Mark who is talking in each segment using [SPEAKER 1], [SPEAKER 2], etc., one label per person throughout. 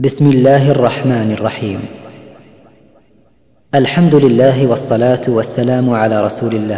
[SPEAKER 1] بسم الله الرحمن الرحيم. الحمد لله والصلاة والسلام على رسول الله.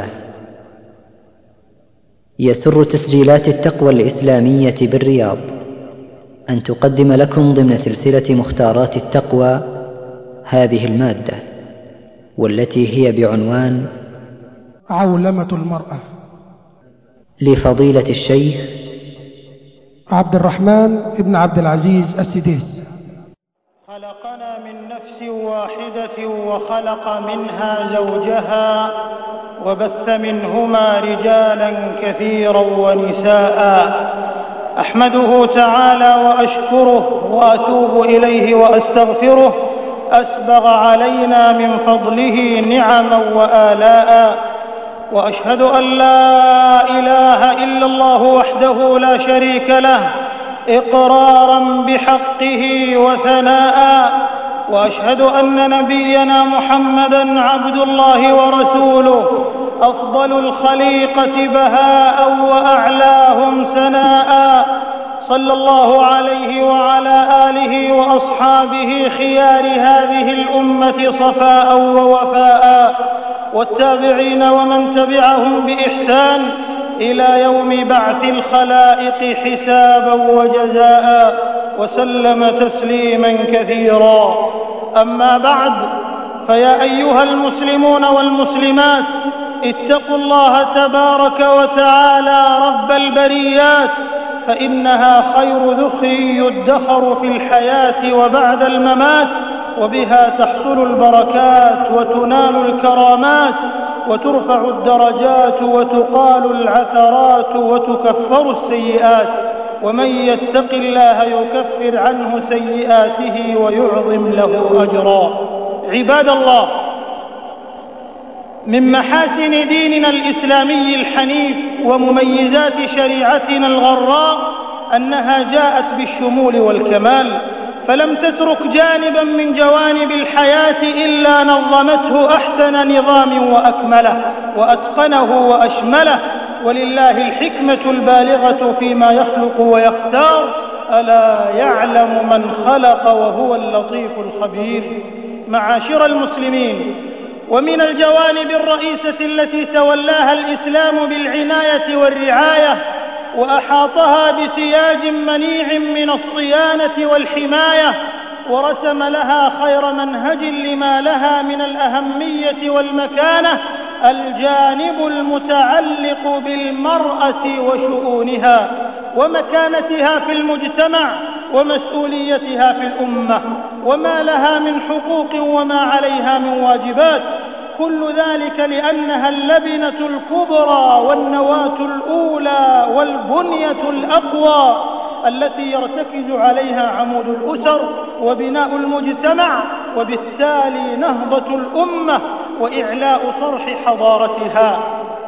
[SPEAKER 1] يسر تسجيلات التقوى الإسلامية بالرياض أن تقدم لكم ضمن سلسلة مختارات التقوى هذه المادة، والتي هي بعنوان
[SPEAKER 2] عولمة المرأة،
[SPEAKER 1] لفضيلة الشيخ
[SPEAKER 2] عبد الرحمن بن عبد العزيز السديس.
[SPEAKER 3] خلقنا من نفس واحدة وخلق منها زوجها وبث منهما رجالا كثيرا ونساء. أحمده تعالى وأشكره وأتوب إليه وأستغفره، أسبغ علينا من فضله نعما وآلاء. وأشهد أن لا إله إلا الله وحده لا شريك له إقرارا بحقه وثناء. وأشهد أن نبينا محمدا عبد الله ورسوله، أفضل الخليقة بهاء وأعلاهم سناء، صلى الله عليه وعلى آله وأصحابه خيار هذه الأمة صفاء ووفاء، والتابعين ومن تبعهم بإحسان إلى يوم بعث الخلائق حسابا وجزاء، وسلم تسليما كثيرا. أما بعد، فيا أيها المسلمون والمسلمات، اتقوا الله تبارك وتعالى رب البريات، فإنها خير ذخر يدخر في الحياة وبعد الممات، وبها تحصل البركات وتنال الكرامات وترفع الدرجات وتقال العثرات وتكفر السيئات، ومن يتق الله يكفر عنه سيئاته ويعظم له أجرا. عباد الله، من محاسن ديننا الإسلامي الحنيف ومميزات شريعتنا الغراء أنها جاءت بالشمول والكمال، فلم تترك جانبا من جوانب الحياة إلا نظمته أحسن نظام وأكمله وأتقنه وأشمله، ولله الحكمة البالغة فيما يخلق ويختار، ألا يعلم من خلق وهو اللطيف الخبير. معاشر المسلمين، ومن الجوانب الرئيسة التي تولاها الإسلام بالعناية والرعاية وأحاطها بسياج منيع من الصيانة والحماية، ورسم لها خير منهج لما لها من الأهمية والمكانة، الجانب المتعلق بالمرأة وشؤونها ومكانتها في المجتمع ومسؤوليتها في الأمة، وما لها من حقوق وما عليها من واجبات. كل ذلك لأنها اللبنة الكبرى والنواة الأولى والبنية الأقوى التي يرتكز عليها عمود الأسر وبناء المجتمع، وبالتالي نهضة الأمة وإعلاء صرح حضارتها.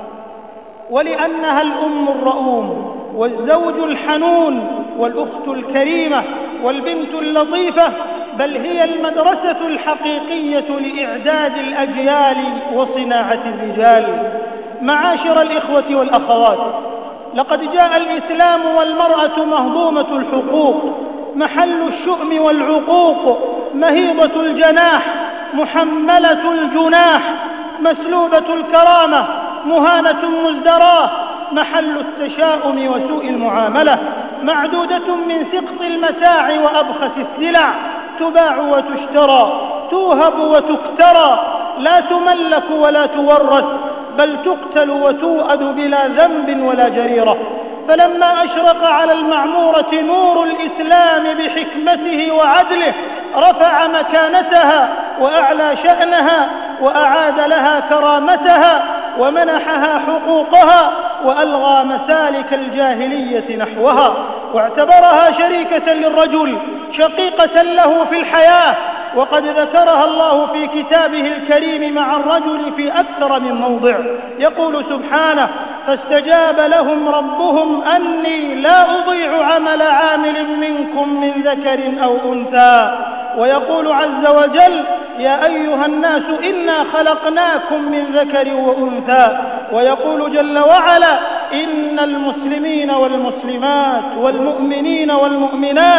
[SPEAKER 3] ولأنها الأم الرؤوم والزوج الحنون والأخت الكريمة والبنت اللطيفة، بل هي المدرسة الحقيقية لإعداد الأجيال وصناعة الرجال. معاشر الإخوة والأخوات، لقد جاء الإسلام والمرأة مهضومة الحقوق، محل الشؤم والعقوق، مهيضة الجناح، محملة الجناح، مسلوبة الكرامة، مهانة مزدراة، محل التشاؤم وسوء المعاملة، معدودة من سقط المتاع وأبخس السلع، تباع وتشترى، توهب وتكترى، لا تملك ولا تورث، بل تقتل وتوأد بلا ذنب ولا جريرة. فلما أشرق على المعمورة نور الإسلام بحكمته وعدله، رفع مكانتها وأعلى شأنها وأعاد لها كرامتها ومنحها حقوقها، وألغى مسالك الجاهلية نحوها، واعتبرها شريكة للرجل، شقيقة له في الحياة. وقد ذكرها الله في كتابه الكريم مع الرجل في أكثر من موضع، يقول سبحانه: فاستجاب لهم ربهم أني لا أضيع عمل عامل منكم من ذكر أو أنثى. ويقول عز وجل: يا أيها الناس إنا خلقناكم من ذكر وأنثى. ويقول جل وعلا: إن المسلمين والمسلمات والمؤمنين والمؤمنات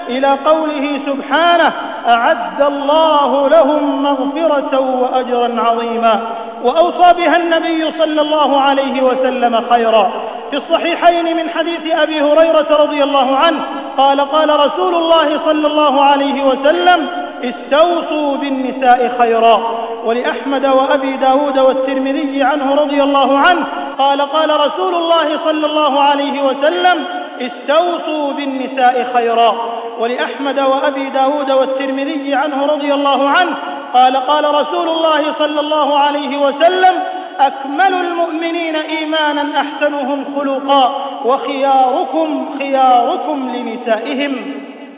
[SPEAKER 3] إلى قوله سبحانه: أعد الله لهم مغفرة وأجرا عظيما. وأوصى بها النبي صلى الله عليه وسلم خيرا. في الصحيحين من حديث أبي هريرة رضي الله عنه قال: قال رسول الله صلى الله عليه وسلم: استوصوا بالنساء خيرا. ولأحمد وأبي داود والترمذي عنه رضي الله عنه قال: قال رسول الله صلى الله عليه وسلم: استوصوا بالنساء خيرا. ولأحمد وأبي داود والترمذي عنه رضي الله عنه قال: قال رسول الله صلى الله عليه وسلم: أكمل المؤمنين إيمانا أحسنهم خلقا، وخياركم خياركم لنسائهم.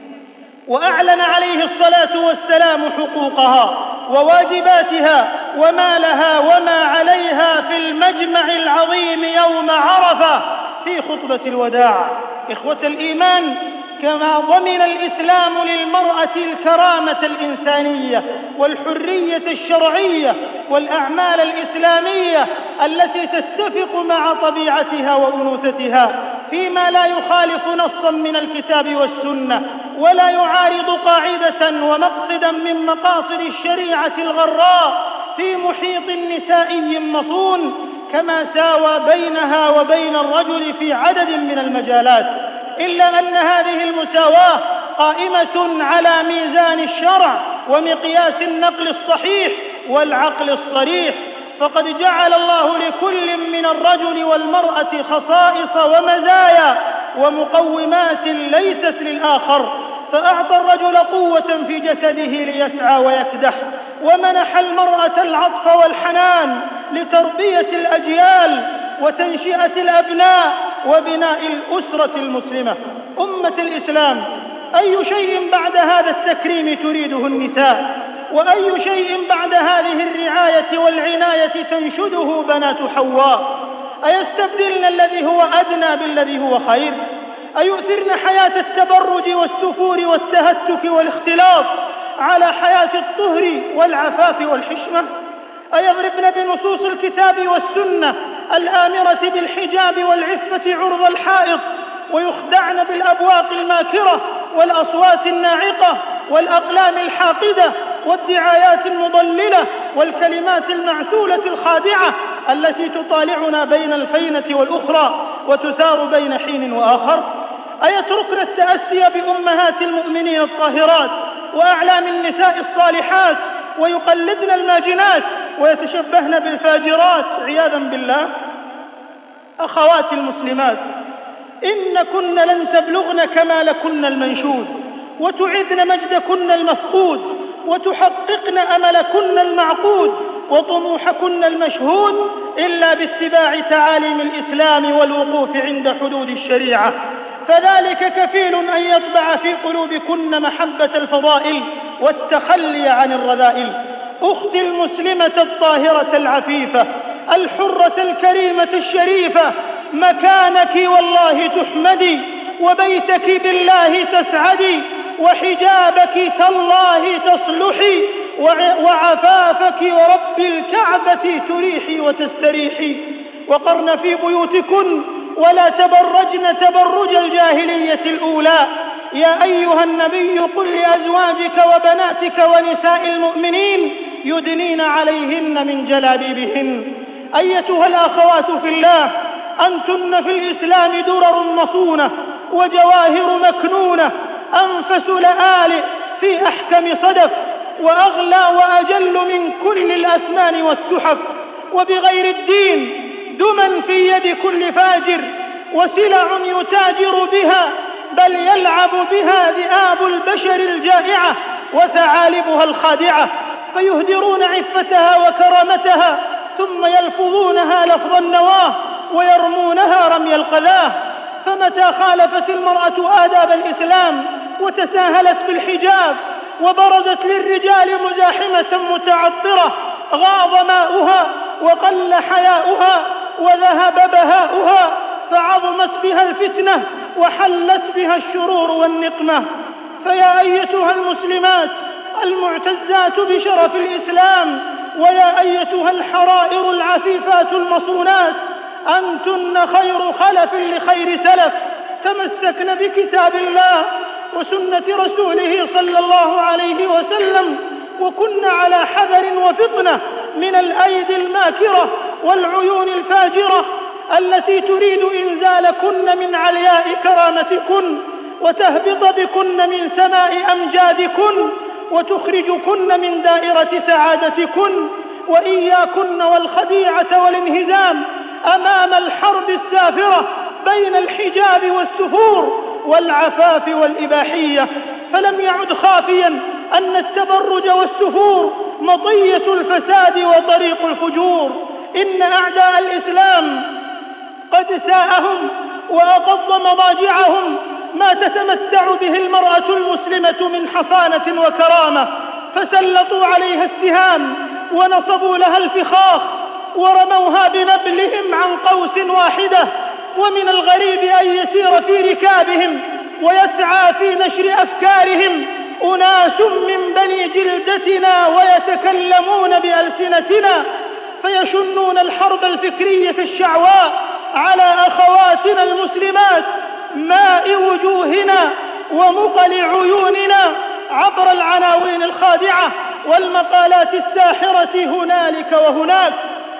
[SPEAKER 3] وأعلن عليه الصلاة والسلام حقوقها وواجباتها وما لها وما عليها في المجمع العظيم يوم عرفة في خطبة الوداع. إخوة الإيمان، كما ضمن الإسلام للمرأة الكرامة الإنسانية والحرية الشرعية والأعمال الإسلامية التي تتفق مع طبيعتها وأنوثتها فيما لا يخالف نصا من الكتاب والسنة ولا يعارض قاعدة ومقصدا من مقاصد الشريعة الغراء في محيط نسائي مصون، كما ساوى بينها وبين الرجل في عدد من المجالات، إلا أن هذه المساواة قائمة على ميزان الشرع ومقياس النقل الصحيح والعقل الصريح. فقد جعل الله لكل من الرجل والمرأة خصائص ومزايا ومقومات ليست للآخر، فأعطى الرجل قوة في جسده ليسعى ويكدح، ومنح المرأة العطف والحنان لتربية الأجيال وتنشئة الأبناء وبناء الأسرة المسلمة. أمة الإسلام، أي شيء بعد هذا التكريم تريده النساء؟ وأي شيء بعد هذه الرعاية والعناية تنشده بنات حواء؟ أيستبدلن الذي هو أدنى بالذي هو خير؟ أيؤثرن حياة التبرج والسفور والتهتك والاختلاط على حياة الطهر والعفاف والحشمة؟ أيضربن بنصوص الكتاب والسنة الآمرة بالحجاب والعفة عرض الحائط، ويخدعن بالأبواق الماكرة والأصوات الناعقة والأقلام الحاقدة والدعايات المضللة والكلمات المعسولة الخادعة التي تطالعنا بين الفينة والأخرى وتثار بين حين وآخر؟ أيتركن التأسي بأمهات المؤمنين الطاهرات وأعلام النساء الصالحات ويقلدن الماجنات ويتشبهن بالفاجرات عياذا بالله؟ أخواتي المسلمات، إنكن لن تبلغن كمالكن المنشود، وتعدن مجدكن المفقود، وتحققن أملكن المعقود، وطموحكن المشهود، إلا باتباع تعاليم الإسلام والوقوف عند حدود الشريعة، فذلك كفيل أن يطبع في قلوبكن محبة الفضائل والتخلي عن الرذائل. أختي المسلمة الطاهرة العفيفة الحرة الكريمة الشريفة، مكانك والله تحمدي، وبيتك بالله تسعدي، وحجابك تالله تصلحي، وعفافك ورب الكعبة تريحي وتستريحي. وقرن في بيوتكن ولا تبرجن تبرج الجاهلية الأولى. يا أيها النبي قل لأزواجك وبناتك ونساء المؤمنين يدنين عليهن من جلابيبهن. أيتها الأخوات في الله، أنتن في الإسلام درر مصونة وجواهر مكنونة، أنفس لآلئ في أحكم صدف، وأغلى وأجل من كل الأثمان والتحف، وبغير الدين دما في يد كل فاجر، وسلع يتاجر بها، بل يلعب بها ذئاب البشر الجائعة وثعالبها الخادعة، فيهدرون عفتها وكرامتها ثم يلفظونها لفظ النواه ويرمونها رمي القذاه. فمتى خالفت المرأة آداب الإسلام وتساهلت بالحجاب وبرزت للرجال مزاحمة متعطرة، غاض ماؤها وقل حياؤها وذهب بهاؤها، فعظمت بها الفتنة وحلت بها الشرور والنقمة. فيا أيتها المسلمات المعتزات بشرف الإسلام، ويا أيتها الحرائر العفيفات المصونات، أنتن خير خلف لخير سلف، تمسكن بكتاب الله وسنة رسوله صلى الله عليه وسلم، وكن على حذر وفطنة من الأيدي الماكرة والعيون الفاجرة التي تريد إنزالكن من علياء كرامتكن وتهبط بكن من سماء أمجادكن وتخرجكن من دائرة سعادتكن. وإياكن والخديعة والانهزام أمام الحرب السافرة بين الحجاب والسفور والعفاف والإباحية. فلم يعد خافيا أن التبرج والسفور مطية الفساد وطريق الفجور. إن أعداء الإسلام قد ساءهم وأقض مضاجعهم ما تتمتع به المرأة المسلمة من حصانة وكرامة، فسلطوا عليها السهام ونصبوا لها الفخاخ ورموها بنبلهم عن قوس واحدة. ومن الغريب أن يسير في ركابهم ويسعى في نشر أفكارهم أناس من بني جلدتنا ويتكلمون بألسنتنا، فيشنون الحرب الفكرية الشعواء على أخواتنا المسلمات، ماء وجوهنا ومقل عيوننا، عبر العناوين الخادعة والمقالات الساحرة هنالك وهناك.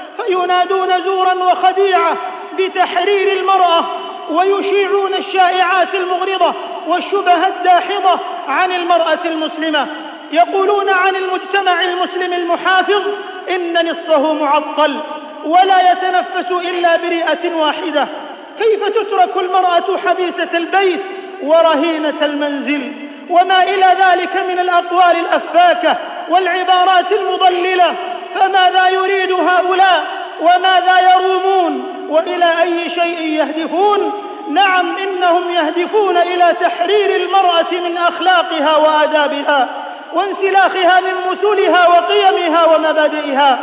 [SPEAKER 3] فينادون زورا وخديعة بتحرير المرأة، ويشيعون الشائعات المغرضة والشبه الداحضة عن المرأة المسلمة. يقولون عن المجتمع المسلم المحافظ إن نصفه معطل ولا يتنفس إلا برئة واحدة. كيف تترك المرأة حبيسة البيت ورهينة المنزل؟ وما إلى ذلك من الأقوال الأفاكة والعبارات المضللة. فماذا يريد هؤلاء وماذا يرومون وإلى أي شيء يهدفون؟ نعم، إنهم يهدفون إلى تحرير المرأة من أخلاقها وآدابها وانسلاخها من مثلها وقيمها ومبادئها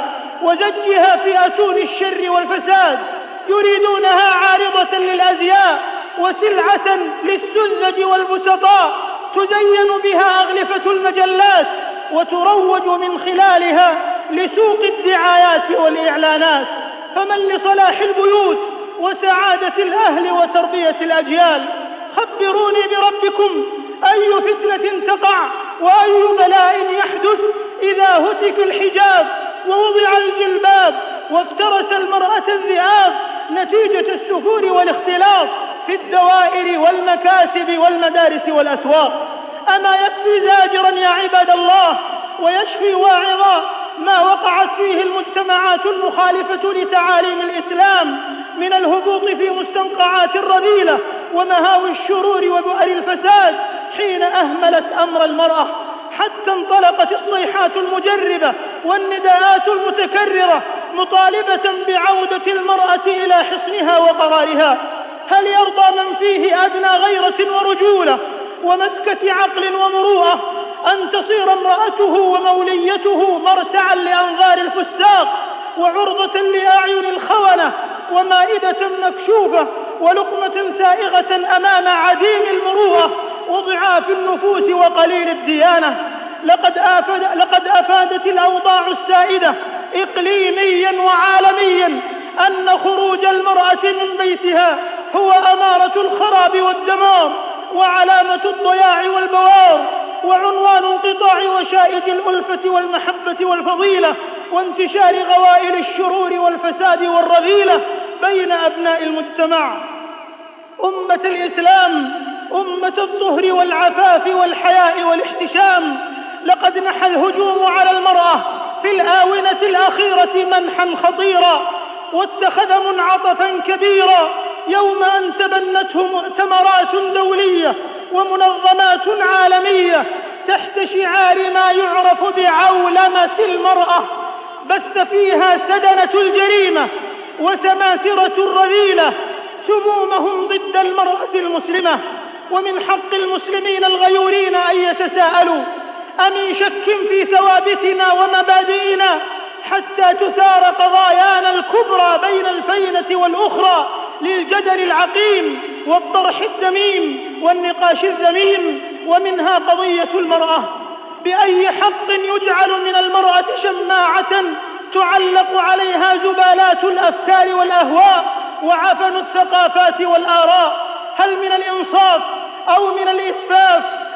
[SPEAKER 3] وزجها في أتون الشر والفساد. يريدونها عارضة للأزياء وسلعة للسذج والبسطاء تزين بها أغلفة المجلات وتروج من خلالها لسوق الدعايات والإعلانات. فمن لصلاح البيوت وسعادة الأهل وتربية الأجيال؟ خبروني بربكم، أي فتنة تقع وأي بلاء يحدث إذا هتك الحجاب ووضع الجلباب وافترس المرأة الذئاب نتيجة السفور والاختلاط في الدوائر والمكاتب والمدارس والأسواق؟ أما يكفي زاجرا يا عباد الله ويشفي واعظا ما وقعت فيه المجتمعات المخالفة لتعاليم الإسلام من الهبوط في مستنقعات الرذيلة ومهاوي الشرور وبؤر الفساد حين أهملت أمر المرأة، حتى انطلقت الصيحات المجربة والنداءات المتكررة مطالبة بعودة المرأة إلى حصنها وقرارها. هل يرضى من فيه أدنى غيرة ورجولة ومسكة عقل ومروءة أن تصير امرأته وموليته مرتعا لأنظار الفساق وعرضة لأعين الخونة ومائدة مكشوفة ولقمة سائغة أمام عديم المروءة وضعاف النفوس وقليل الديانة؟ لقد أفادت الأوضاع السائدة إقليميا وعالميا أن خروج المرأة من بيتها هو أمارة الخراب والدمار وعلامة الضياع والبوار وعنوان انقطاع وشائج الألفة والمحبة والفضيلة وانتشار غوائل الشرور والفساد والرذيلة بين أبناء المجتمع. أمة الإسلام، أمة الطهر والعفاف والحياء والاحتشام، لقد نحى الهجوم على المرأة في الآونة الأخيرة منحا خطيرا واتخذ منعطفا كبيرا يوم أن تبنته مؤتمرات دولية ومنظمات عالمية تحت شعار ما يعرف بعولمة المرأة، بث فيها سدنة الجريمة وسماسرة الرذيلة سمومهم ضد المرأة المسلمة. ومن حق المسلمين الغيورين أن يتساءلوا: أمن شك في ثوابتنا ومبادئنا حتى تثار قضايانا الكبرى بين الفينة والأخرى للجدل العقيم والطرح الدميم والنقاش الذميم؟ ومنها قضية المرأة. بأي حق يجعل من المرأة شماعة تعلق عليها زبالات الأفكار والأهواء وعفن الثقافات والآراء؟ هل من الإنصاف أو من الإسفاف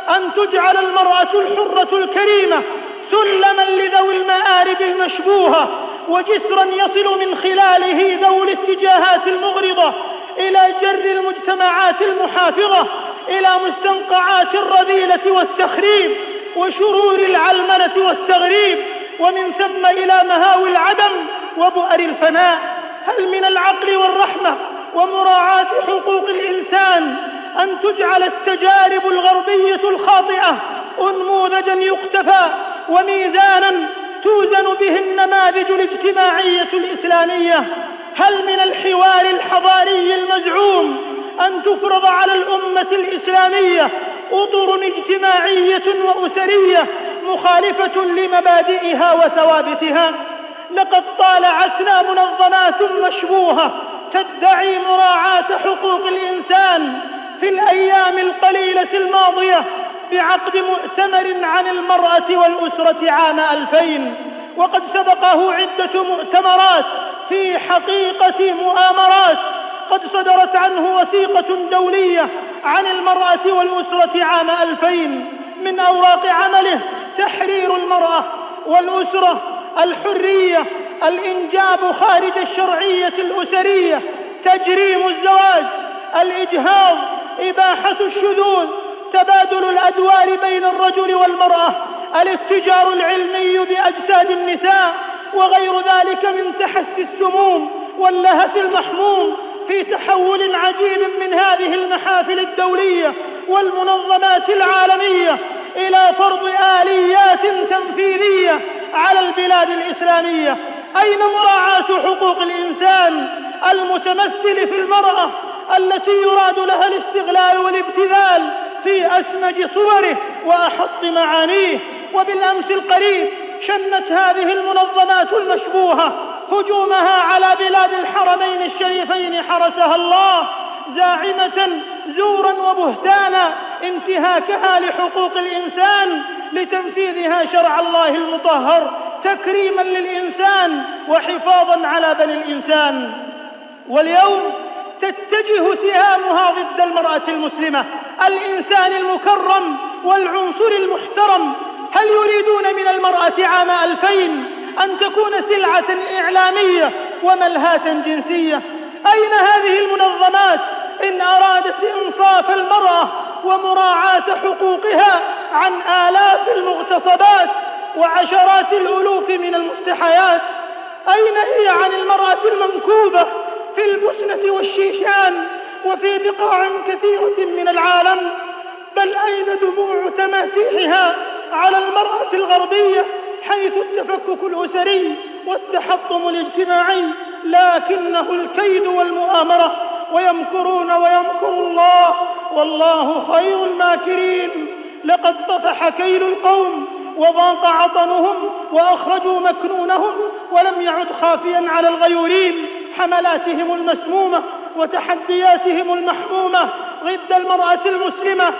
[SPEAKER 3] أن تجعل المرأة الحرة الكريمة سلما لذوي المآرب المشبوهة، وجسرا يصل من خلاله ذوي الاتجاهات المغرضة إلى جر المجتمعات المحافظة إلى مستنقعات الرذيلة والتخريب وشرور العلمنة والتغريب، ومن ثم إلى مهاوي العدم وبؤر الفناء. هل من العقل والرحمة ومراعاة حقوق الإنسان أن تجعل التجارب الغربية الخاطئة أنموذجا يقتفى وميزانا توزن به النماذج الاجتماعية الإسلامية؟ هل من الحوار الحضاري المزعوم أن تفرض على الأمة الإسلامية أطر اجتماعية وأسرية مخالفة لمبادئها وثوابتها؟ لقد طالعتنا منظمات مشبوهة تدعي مراعاة حقوق الإنسان في الأيام القليلة الماضية بعقد مؤتمر عن المرأة والأسرة عام 2000، وقد سبقه عدة مؤتمرات في حقيقة مؤامرات قد صدرت عنه وثيقة دولية عن المرأة والأسرة عام 2000. من أوراق عمله تحرير المرأة والأسرة، الحرية، الإنجاب خارج الشرعية الأسرية، تجريم الزواج، الإجهاض، إباحة الشذوذ، تبادل الأدوار بين الرجل والمرأة، الاتجار العلمي بأجساد النساء، وغير ذلك من تحسي السموم واللهث المحموم في تحول عجيب من هذه المحافل الدولية والمنظمات العالمية إلى فرض آليات تنفيذية على البلاد الإسلامية. أين مراعاة حقوق الإنسان المتمثل في المرأة التي يراد لها الاستغلال والابتذال في أسمج صوره وأحط معانيه؟ وبالأمس القريب شنت هذه المنظمات المشبوهة هجومها على بلاد الحرمين الشريفين حرسها الله، زاعمة زورا وبهتانا انتهاكها لحقوق الإنسان لتنفيذها شرع الله المطهر تكريما للإنسان وحفاظا على بني الإنسان. واليوم تتجه سهامها ضد المرأة المسلمة، الإنسان المكرم والعنصر المحترم. هل يريدون من المرأة عام 2000 أن تكون سلعة إعلامية وملهاة جنسية؟ أين هذه المنظمات إن أرادت إنصاف المرأة ومراعاة حقوقها عن آلاف المغتصبات وعشرات الألوف من المستحيات؟ أين هي عن المرأة المنكوبة في البوسنة والشيشان وفي بقاع كثيرة من العالم؟ بل أين دموع تماسيحها على المرأة الغربية حيث التفكك الأسري والتحطم الاجتماعي؟ لكنه الكيد والمؤامرة، ويمكرون ويمكر الله والله خير الماكرين. لقد طفح كيل القوم وضاق عطنهم وأخرجوا مكنونهم ولم يعد خافيا على الغيورين حملاتهم المسمومة وتحدياتهم المحمومة ضد المرأة المسلمة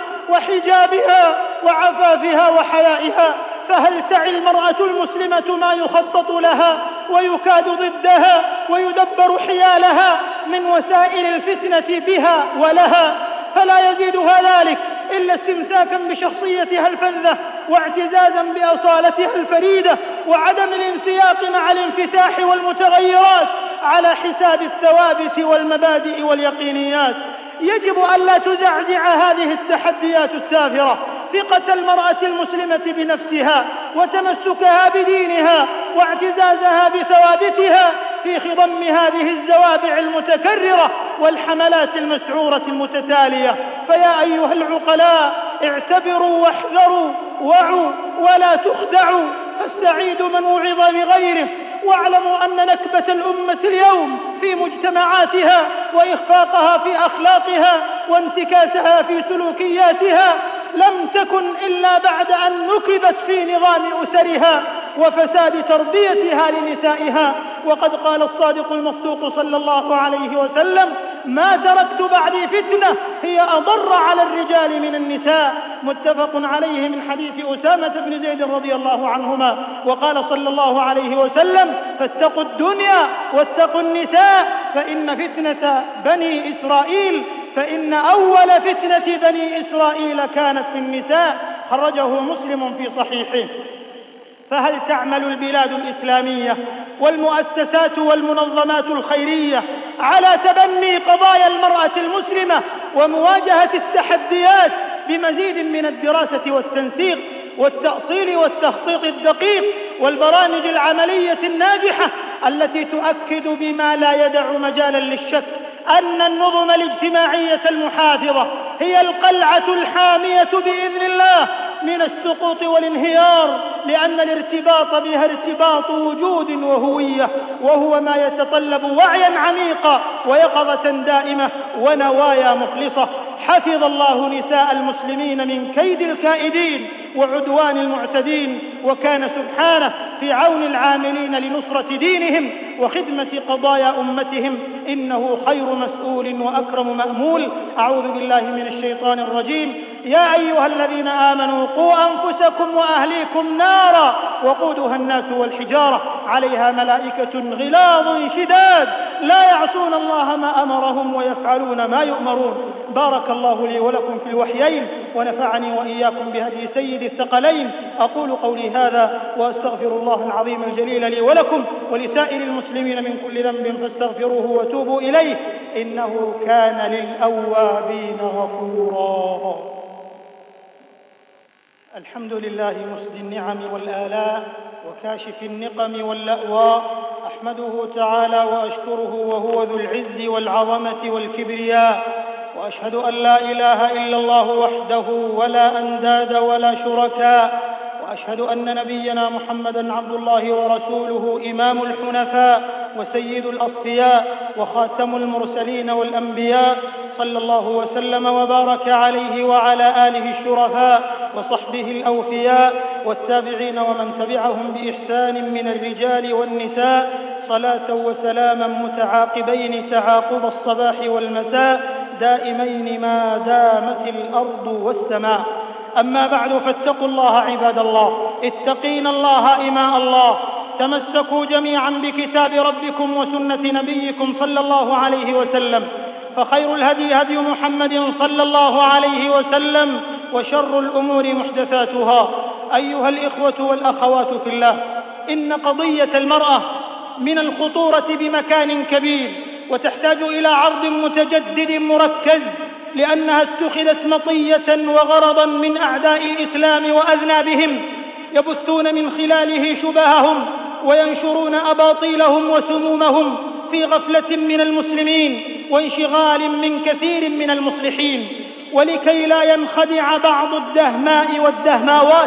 [SPEAKER 3] وحجابها وعفافها وحيائها. فهل تعي المرأة المسلمة ما يخطط لها ويكاد ضدها ويدبر حيالها من وسائل الفتنة بها ولها؟ فلا يزيدها ذلك إلا استمساكا بشخصيتها الفذة واعتزازا بأصالتها الفريدة وعدم الانسياق مع الانفتاح والمتغيرات على حساب الثوابت والمبادئ واليقينيات. يجب ألا تزعزع هذه التحديات السافرة ثقة المرأة المسلمة بنفسها وتمسكها بدينها واعتزازها بثوابتها في خضم هذه الزوابع المتكررة والحملات المسعورة المتتالية. فيا أيها العقلاء اعتبروا واحذروا، وعوا ولا تخدعوا، فالسعيد من وعظ بغيره. واعلموا أن نكبة الأمة اليوم في مجتمعاتها وإخفاقها في أخلاقها وانتكاسها في سلوكياتها لم تكن إلا بعد أن نكبت في نظام أسرها وفساد تربيتها لنسائها. وقد قال الصادق المصدوق صلى الله عليه وسلم: ما تركت بعدي فتنة هي أضر على الرجال من النساء. متفق عليه من حديث أسامة بن زيد رضي الله عنهما. وقال صلى الله عليه وسلم: فاتقوا الدنيا واتقوا النساء فإن فتنة بني إسرائيل فإن أول فتنة بني إسرائيل كانت في النساء. خرجه مسلم في صحيحه. فهل تعمل البلاد الإسلامية والمؤسسات والمنظمات الخيرية على تبني قضايا المرأة المسلمة ومواجهة التحديات بمزيد من الدراسة والتنسيق والتأصيل والتخطيط الدقيق والبرامج العملية الناجحة التي تؤكد بما لا يدع مجالا للشك أن النظم الاجتماعية المحافظة هي القلعة الحامية بإذن الله من السقوط والانهيار، لأن الارتباط بها ارتباط وجود وهوية، وهو ما يتطلب وعيا عميقا ويقظة دائمة ونوايا مخلصة. حفظ الله نساء المسلمين من كيد الكائدين وعدوان المعتدين، وكان سبحانه في عون العاملين لنصرة دينهم وخدمة قضايا أمتهم، إنه خير مسؤول وأكرم مأمول. أعوذ بالله من الشيطان الرجيم. يا أيها الذين آمنوا قوا أنفسكم وأهليكم نارا وقودها الناس والحجارة عليها ملائكة غلاظ شداد لا يعصون الله ما أمرهم ويفعلون ما يؤمرون. بارك الله لي ولكم في الوحيين ونفعني وإياكم بهدي سيد الثقلين. أقول قولي هذا وأستغفر الله العظيم الجليل لي ولكم ولسائر المسلمين من كل ذنب فاستغفروه وتوبوا إليه إنه كان للأوابين غفورا. الحمد لله مسدي النعم والآلاء وكاشف النقم واللأواء، أحمده تعالى وأشكره وهو ذو العز والعظمة والكبرياء، وأشهد أن لا إله إلا الله وحده ولا أنداد ولا شركاء، وأشهد أن نبينا محمدًا عبد الله ورسوله إمام الحنفاء وسيد الأصفياء وخاتم المرسلين والأنبياء، صلى الله وسلم وبارك عليه وعلى آله الشرفاء وصحبه الأوفياء والتابعين ومن تبعهم بإحسان من الرجال والنساء، صلاة وسلاما متعاقبين تعاقب الصباح والمساء دائمين ما دامت الأرض والسماء. أما بعد، فاتقوا الله عباد الله، اتقين الله إماء الله، تمسكوا جميعا بكتاب ربكم وسنة نبيكم صلى الله عليه وسلم، فخير الهدي هدي محمد صلى الله عليه وسلم، وشر الأمور محدثاتها. أيها الإخوة والأخوات في الله، إن قضية المرأة من الخطورة بمكان كبير، وتحتاج إلى عرض متجدد مركز، لأنها اتخذت مطية وغرضا من أعداء الإسلام وأذنابهم، يبثون من خلاله شبههم وينشرون أباطيلهم وسمومهم في غفلة من المسلمين وانشغال من كثير من المصلحين. ولكي لا ينخدع بعض الدهماء والدهماوات،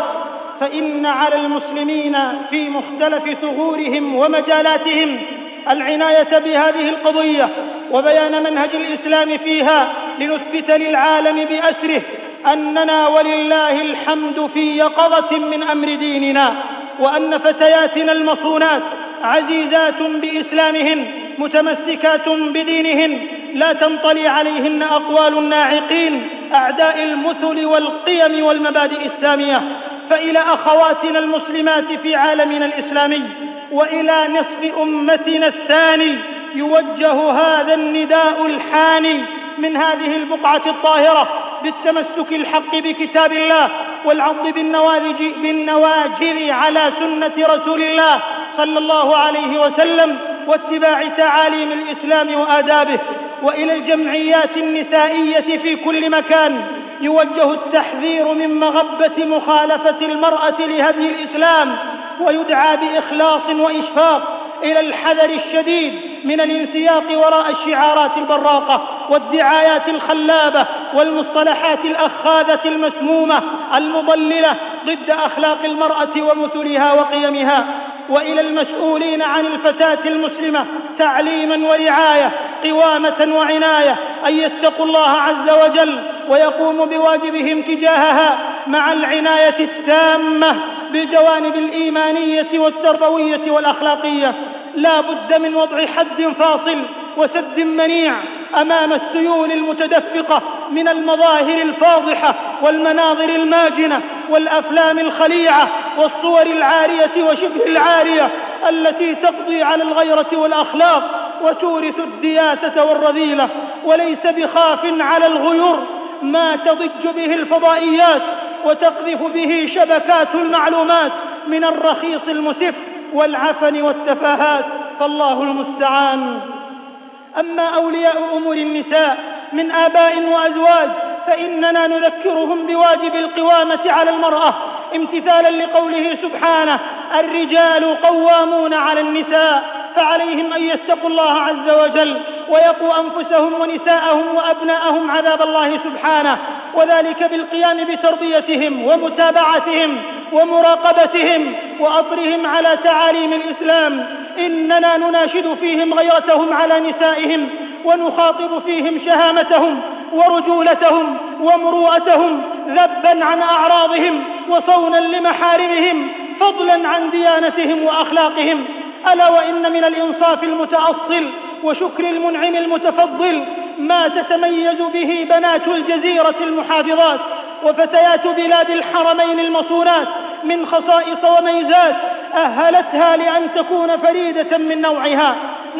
[SPEAKER 3] فإن على المسلمين في مختلف ثغورهم ومجالاتهم العناية بهذه القضية وبيان منهج الإسلام فيها، لنثبت للعالم بأسره أننا ولله الحمد في يقظة من أمر ديننا، وأن فتياتنا المصونات عزيزات بإسلامهن متمسكات بدينهن، لا تنطلي عليهن أقوال الناعقين أعداء المثل والقيم والمبادئ السامية. فإلى أخواتنا المسلمات في عالمنا الإسلامي وإلى نصف أمتنا الثاني يوجه هذا النداء الحاني من هذه البقعة الطاهرة بالتمسك الحق بكتاب الله والعض بالنواجذ على سنة رسول الله صلى الله عليه وسلم واتباع تعاليم الإسلام وآدابه. وإلى الجمعيات النسائية في كل مكان يوجه التحذير من مغبة مخالفة المرأة لهدي الإسلام، ويدعى بإخلاص وإشفاق إلى الحذر الشديد من الانسياق وراء الشعارات البراقة والدعايات الخلابة والمصطلحات الأخاذة المسمومة المضللة ضد أخلاق المرأة ومثلها وقيمها. وإلى المسؤولين عن الفتاة المسلمة تعليما ورعاية، قوامة وعناية، أن يتقوا الله عز وجل ويقوموا بواجبهم تجاهها مع العناية التامة بالجوانب الإيمانية والتربوية والأخلاقية. لا بد من وضع حد فاصل وسد منيع أمام السيول المتدفقة من المظاهر الفاضحة والمناظر الماجنة والأفلام الخليعة والصور العارية وشبه العارية التي تقضي على الغيرة والأخلاق وتورث الدياثة والرذيلة. وليس بخاف على الغيور ما تضج به الفضائيات وتقذف به شبكات المعلومات من الرخيص المسف والعفن والتفاهات، فالله المستعان. أما أولياء أمور النساء من آباء وأزواج فإننا نذكرهم بواجب القوامة على المرأة امتثالا لقوله سبحانه: الرجال قوامون على النساء، فعليهم أن يتقوا الله عز وجل ويقوا أنفسهم ونساءهم وأبناءهم عذاب الله سبحانه، وذلك بالقيام بتربيتهم ومتابعتهم ومراقبتهم وأطرهم على تعاليم الإسلام. إننا نناشد فيهم غيرتهم على نسائهم، ونخاطب فيهم شهامتهم ورجولتهم ومروءتهم، ذبا عن أعراضهم وصونا لمحارمهم، فضلا عن ديانتهم وأخلاقهم. ألا وإن من الإنصاف المتأصل وشكر المنعم المتفضل ما تتميز به بنات الجزيرة المحافظات وفتيات بلاد الحرمين المصونات من خصائص وميزات أهلتها لأن تكون فريدة من نوعها،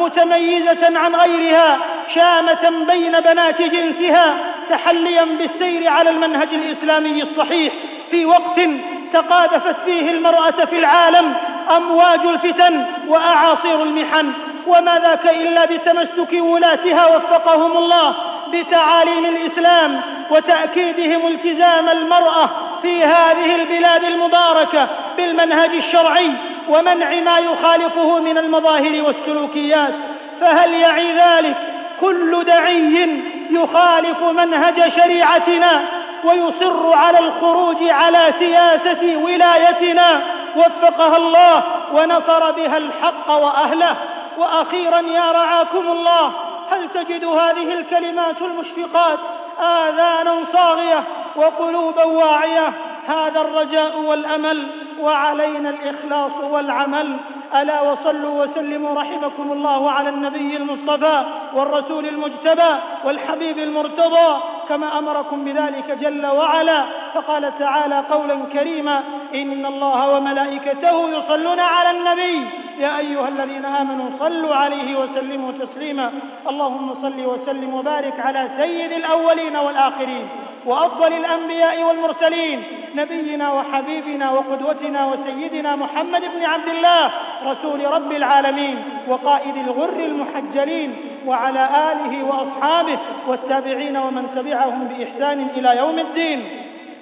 [SPEAKER 3] متميزة عن غيرها، شامة بين بنات جنسها، تحليا بالسير على المنهج الإسلامي الصحيح في وقت تقاذفت فيه المرأة في العالم أمواج الفتن وأعاصير المحن، وما ذاك إلا بتمسك ولاتها وفقهم الله بتعاليم الإسلام وتأكيدهم التزام المرأة في هذه البلاد المباركة بالمنهج الشرعي ومنع ما يخالفه من المظاهر والسلوكيات. فهل يعي ذلك كل داعي يخالف منهج شريعتنا ويصر على الخروج على سياسة ولايتنا وفقها الله ونصر بها الحق وأهله؟ وأخيرا يا رعاكم الله، هل تجد هذه الكلمات المشفقات آذانا صاغية وقلوبا واعية؟ هذا الرجاء والأمل، وعلينا الإخلاص والعمل. ألا وصلوا وسلموا رحمكم الله على النبي المصطفى والرسول المجتبى والحبيب المرتضى كما أمركم بذلك جل وعلا، فقال تعالى قولا كريما: إن الله وملائكته يصلون على النبي يا أيها الذين آمنوا صلوا عليه وسلموا تسليما. اللهم صل وسلم وبارك على سيد الأولين والآخرين وأفضل الأنبياء والمرسلين، نبينا وحبيبنا وقدوتنا وسيدنا محمد بن عبد الله رسول رب العالمين وقائد الغر المحجلين، وعلى آله وأصحابه والتابعين ومن تبعهم بإحسان إلى يوم الدين،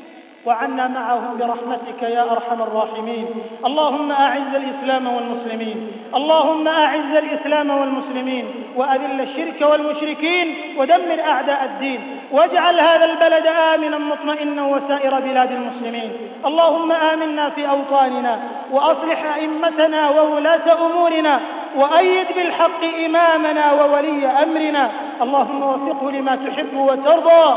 [SPEAKER 3] وعنا معهم برحمتك يا أرحم الراحمين. اللهم أعز الإسلام والمسلمين، اللهم أعز الإسلام والمسلمين، وأذل الشرك والمشركين، ودمر أعداء الدين، واجعل هذا البلد آمنا مطمئنا وسائر بلاد المسلمين. اللهم آمنا في أوطاننا، وأصلح أئمتنا وولاة أمورنا، وأيد بالحق إمامنا وولي أمرنا. اللهم وفقه لما تحب وترضى،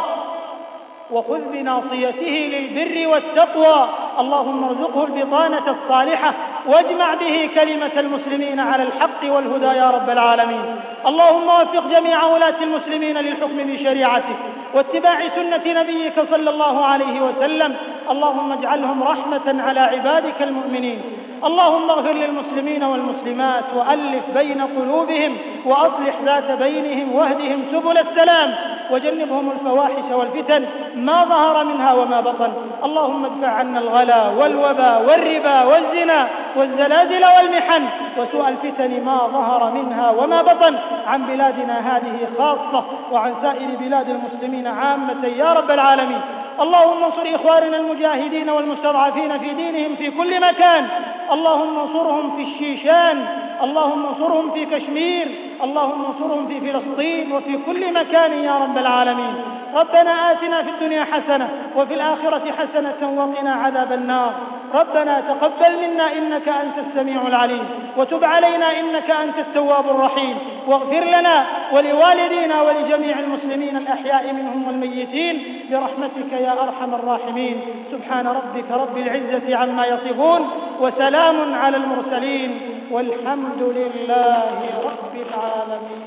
[SPEAKER 3] وخذ بناصيته للبر والتقوى. اللهم ارزقه البطانة الصالحة، واجمع به كلمة المسلمين على الحق والهدى يا رب العالمين. اللهم وفق جميع ولاة المسلمين للحكم بشريعتك واتباع سنة نبيك صلى الله عليه وسلم. اللهم اجعلهم رحمة على عبادك المؤمنين. اللهم اغفر للمسلمين والمسلمات، وألف بين قلوبهم، وأصلح ذات بينهم، واهدهم سبل السلام، وجنبهم الفواحش والفتن ما ظهر منها وما بطن. اللهم ادفع عنا الغلا والوبا والربا والزنا والزلازل والمحن وسوء الفتن ما ظهر منها وما بطن عن بلادنا هذه خاصة، وعن سائر بلاد المسلمين عامة يا رب العالمين. اللهم انصر إخواننا المجاهدين والمستضعفين في دينهم في كل مكان. اللهم انصرهم في الشيشان، اللهم انصرهم في كشمير، اللهم انصرهم في فلسطين وفي كل مكان يا رب العالمين. ربنا آتنا في الدنيا حسنة وفي الآخرة حسنة وقنا عذاب النار. ربنا تقبل منا إنك أنت السميع العليم، وتب علينا إنك أنت التواب الرحيم، واغفر لنا ولوالدينا ولجميع المسلمين الأحياء منهم والميتين برحمتك يا أرحم الراحمين. سبحان ربك رب العزة عما يصفون، وسلام على المرسلين، والحمد لله رب العالمين.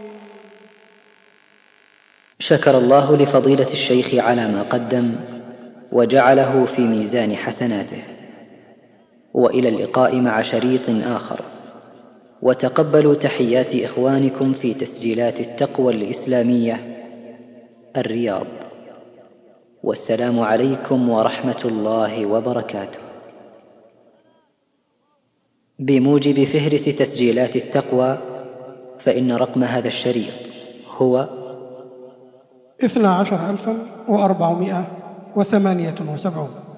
[SPEAKER 1] شكر الله لفضيلة الشيخ على ما قدم وجعله في ميزان حسناته. وإلى اللقاء مع شريط آخر، وتقبلوا تحيات إخوانكم في تسجيلات التقوى الإسلامية الرياض. والسلام عليكم ورحمة الله وبركاته. بموجب فهرس تسجيلات التقوى، فإن رقم هذا الشريط هو
[SPEAKER 2] 12,478.